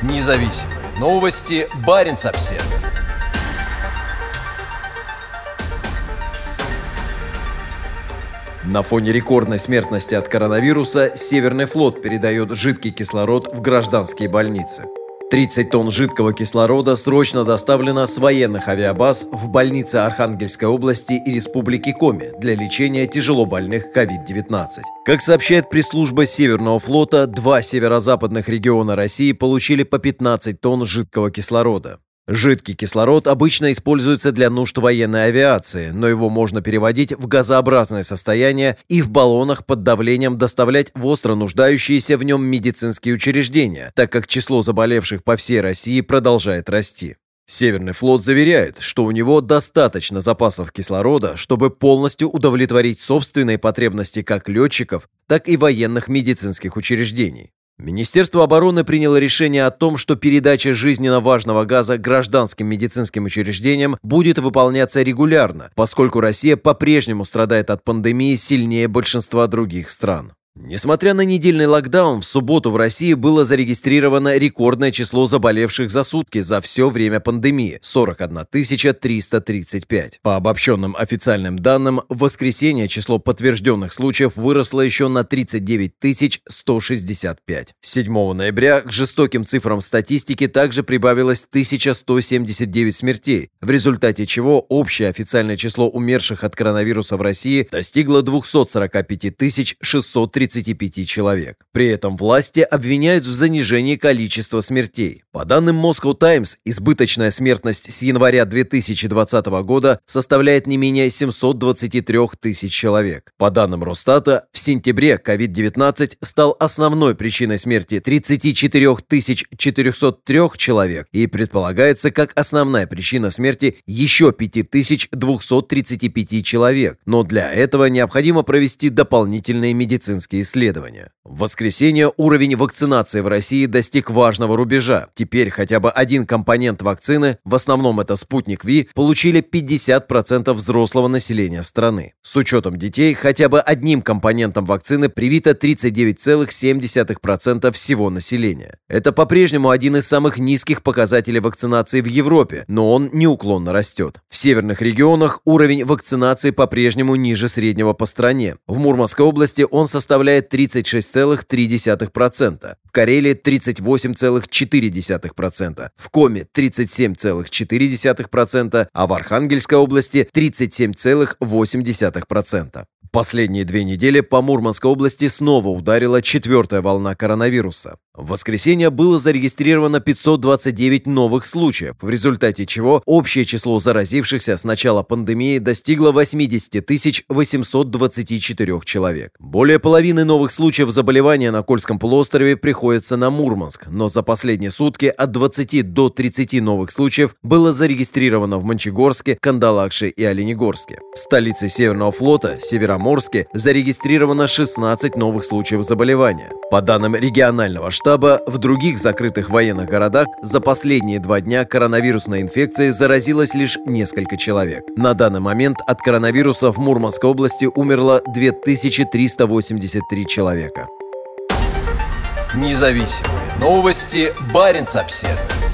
Независимые новости. Баренц-Обсервер. На фоне рекордной смертности от коронавируса Северный флот передает жидкий кислород в гражданские больницы. 30 тонн жидкого кислорода срочно доставлено с военных авиабаз в больницы Архангельской области и Республики Коми для лечения тяжелобольных COVID-19. Как сообщает пресс-служба Северного флота, два северо-западных региона России получили по 15 тонн жидкого кислорода. Жидкий кислород обычно используется для нужд военной авиации, но его можно переводить в газообразное состояние и в баллонах под давлением доставлять в остро нуждающиеся в нем медицинские учреждения, так как число заболевших по всей России продолжает расти. Северный флот заверяет, что у него достаточно запасов кислорода, чтобы полностью удовлетворить собственные потребности как летчиков, так и военных медицинских учреждений. Министерство обороны приняло решение о том, что передача жизненно важного газа гражданским медицинским учреждениям будет выполняться регулярно, поскольку Россия по-прежнему страдает от пандемии сильнее большинства других стран. Несмотря на недельный локдаун, в субботу в России было зарегистрировано рекордное число заболевших за сутки за все время пандемии – 41 335. По обобщенным официальным данным, в воскресенье число подтвержденных случаев выросло еще на 39 165. 7 ноября к жестоким цифрам статистики также прибавилось 1179 смертей, в результате чего общее официальное число умерших от коронавируса в России достигло 245 635 человек. При этом власти обвиняют в занижении количества смертей. По данным Moscow Times, избыточная смертность с января 2020 года составляет не менее 723 тысяч человек. По данным Росстата, в сентябре COVID-19 стал основной причиной смерти 34 403 человек и предполагается как основная причина смерти еще 5235 человек. Но для этого необходимо провести дополнительные медицинские исследования. В воскресенье уровень вакцинации в России достиг важного рубежа. Теперь хотя бы один компонент вакцины, в основном это «Спутник Ви», получили 50% взрослого населения страны. С учетом детей, хотя бы одним компонентом вакцины привито 39,7% всего населения. Это по-прежнему один из самых низких показателей вакцинации в Европе, но он неуклонно растет. В северных регионах уровень вакцинации по-прежнему ниже среднего по стране. В Мурманской области он составляет 36,3%, в Карелии 38,4%, в Коми 37,4%, а в Архангельской области 37,8%. Последние 2 недели по Мурманской области снова ударила 4-я волна коронавируса. В воскресенье было зарегистрировано 529 новых случаев, в результате чего общее число заразившихся с начала пандемии достигло 80 824 человек. Более половины новых случаев заболевания на Кольском полуострове приходится на Мурманск, но за последние сутки от 20 до 30 новых случаев было зарегистрировано в Мончегорске, Кандалакше и Оленегорске. В столице Северного флота, Североморске, зарегистрировано 16 новых случаев заболевания. По данным регионального штаба, в других закрытых военных городах за последние 2 дня коронавирусной инфекцией заразилось лишь несколько человек. На данный момент от коронавируса в Мурманской области умерло 2383 человека. Независимые новости. Баренц-Обсервер.